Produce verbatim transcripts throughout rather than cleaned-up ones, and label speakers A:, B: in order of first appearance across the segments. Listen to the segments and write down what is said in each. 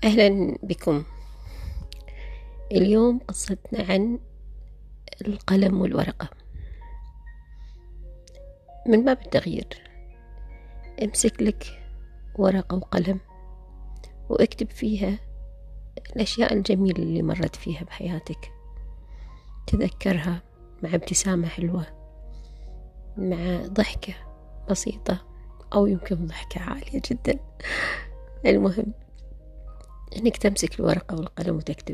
A: أهلا بكم. اليوم قصتنا عن القلم والورقة. من باب التغيير امسك لك ورقة وقلم واكتب فيها الأشياء الجميلة اللي مرت فيها بحياتك، تذكرها مع ابتسامة حلوة، مع ضحكة بسيطة أو يمكن ضحكة عالية جدا. المهم أنك تمسك الورقة والقلم وتكتب،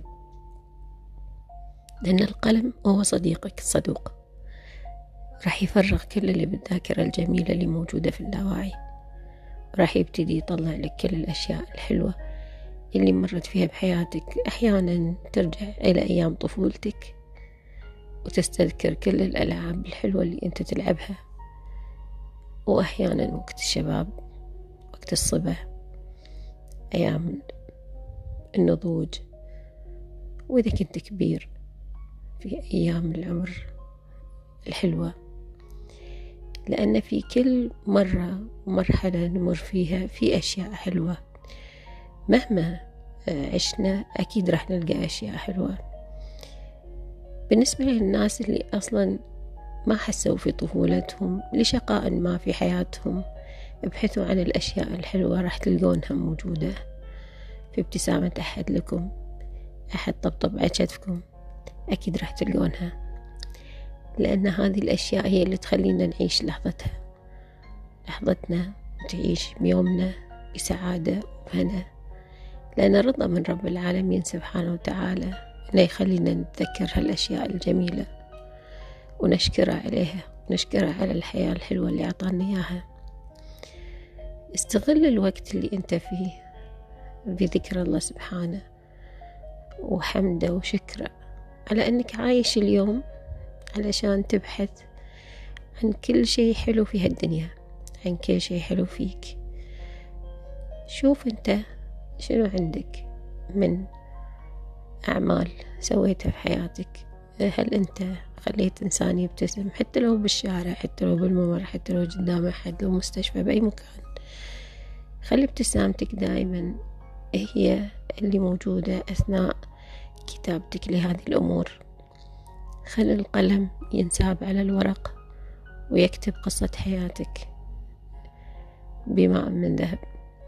A: لأن القلم هو صديقك الصدوق، راح يفرغ كل اللي بالذاكرة الجميلة اللي موجودة في اللاوعي، راح يبتدي يطلع لك كل الأشياء الحلوة اللي مرت فيها بحياتك. أحيانا ترجع إلى أيام طفولتك وتستذكر كل الألعاب الحلوة اللي أنت تلعبها، وأحيانا وقت الشباب، وقت الصبا، أيام النضوج، وإذا كنت كبير في أيام العمر الحلوة. لأن في كل مرة ومرحلة نمر فيها في أشياء حلوة، مهما عشنا أكيد راح نلقى أشياء حلوة. بالنسبة للناس اللي أصلا ما حسوا في طفولتهم لشقاء ما في حياتهم، ابحثوا عن الأشياء الحلوة، راح تلقونها موجودة في ابتسامة أحد لكم، أحد طبطب على كتفكم، أكيد راح تلقونها، لأن هذه الأشياء هي اللي تخلينا نعيش لحظتها لحظتنا وتعيش بيومنا بسعادة وهنا، لأن رضا من رب العالمين سبحانه وتعالى إنه يخلينا نتذكر هالأشياء الجميلة ونشكرها عليها، ونشكرها على الحياة الحلوة اللي أعطانا إياها. استغل الوقت اللي أنت فيه بذكر الله سبحانه وحمده وشكره على أنك عايش اليوم، علشان تبحث عن كل شيء حلو في هالدنيا، عن كل شيء حلو فيك. شوف أنت شنو عندك من أعمال سويتها في حياتك، هل أنت خليت إنسان يبتسم حتى لو بالشارع، حتى لو بالممر، حتى لو قدام أحد، لو مستشفى، بأي مكان. خلي ابتسامتك دائما هي اللي موجودة أثناء كتابتك لهذه الأمور. خلي القلم ينساب على الورق ويكتب قصة حياتك بماء من ذهب،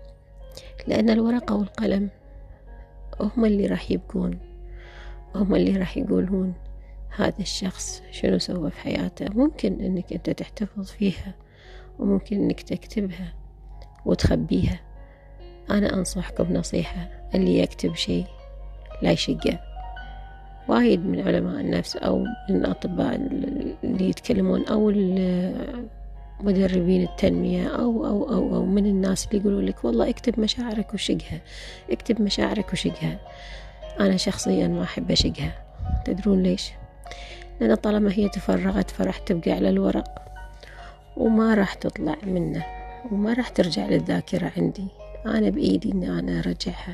A: لأن الورقة والقلم هم اللي راح يبقون، هم اللي راح يقولون هذا الشخص شنو سوى في حياته. ممكن أنك أنت تحتفظ فيها، وممكن أنك تكتبها وتخبيها. أنا أنصحكم نصيحة، اللي يكتب شيء لا يشقه. وايد من علماء النفس أو من الأطباء اللي يتكلمون أو مدربين التنمية أو أو أو أو من الناس اللي يقولوا لك والله اكتب مشاعرك وشقها، اكتب مشاعرك وشقها. أنا شخصيا ما أحب أشقها. تدرون ليش؟ لأن طالما هي تفرغت فراح تبقى على الورق وما راح تطلع منه، وما راح ترجع للذاكرة عندي. أنا بإيدي إن أنا أرجعها،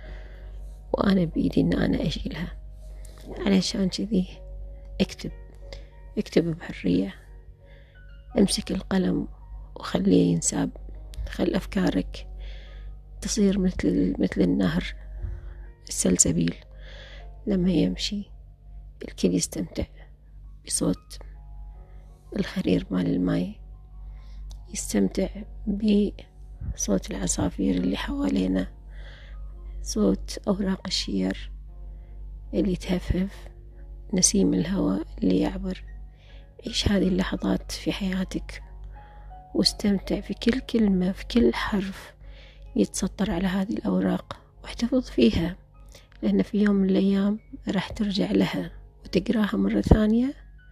A: وأنا بإيدي إن أنا أشيلها. علشان كذي اكتب، اكتب بحرية، امسك القلم وخليه ينساب. خل أفكارك تصير مثل مثل النهر السلسبيل، لما يمشي الكل يستمتع بصوت الخرير مال الماء، يستمتع بصوت العصافير اللي حوالينا، صوت أوراق الشجر اللي تهفف، نسيم الهواء اللي يعبر. عيش هذه اللحظات في حياتك واستمتع في كل كلمة، في كل حرف يتسطر على هذه الأوراق، واحتفظ فيها، لأن في يوم من الأيام راح ترجع لها وتقراها مرة ثانية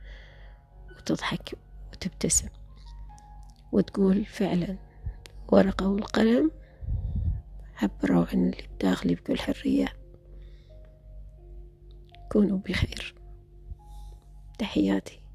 A: وتضحك وتبتسم وتقول فعلا ورقة والقلم عبروا عن اللي بداخلي بكل حرية. كونوا بخير. تحياتي.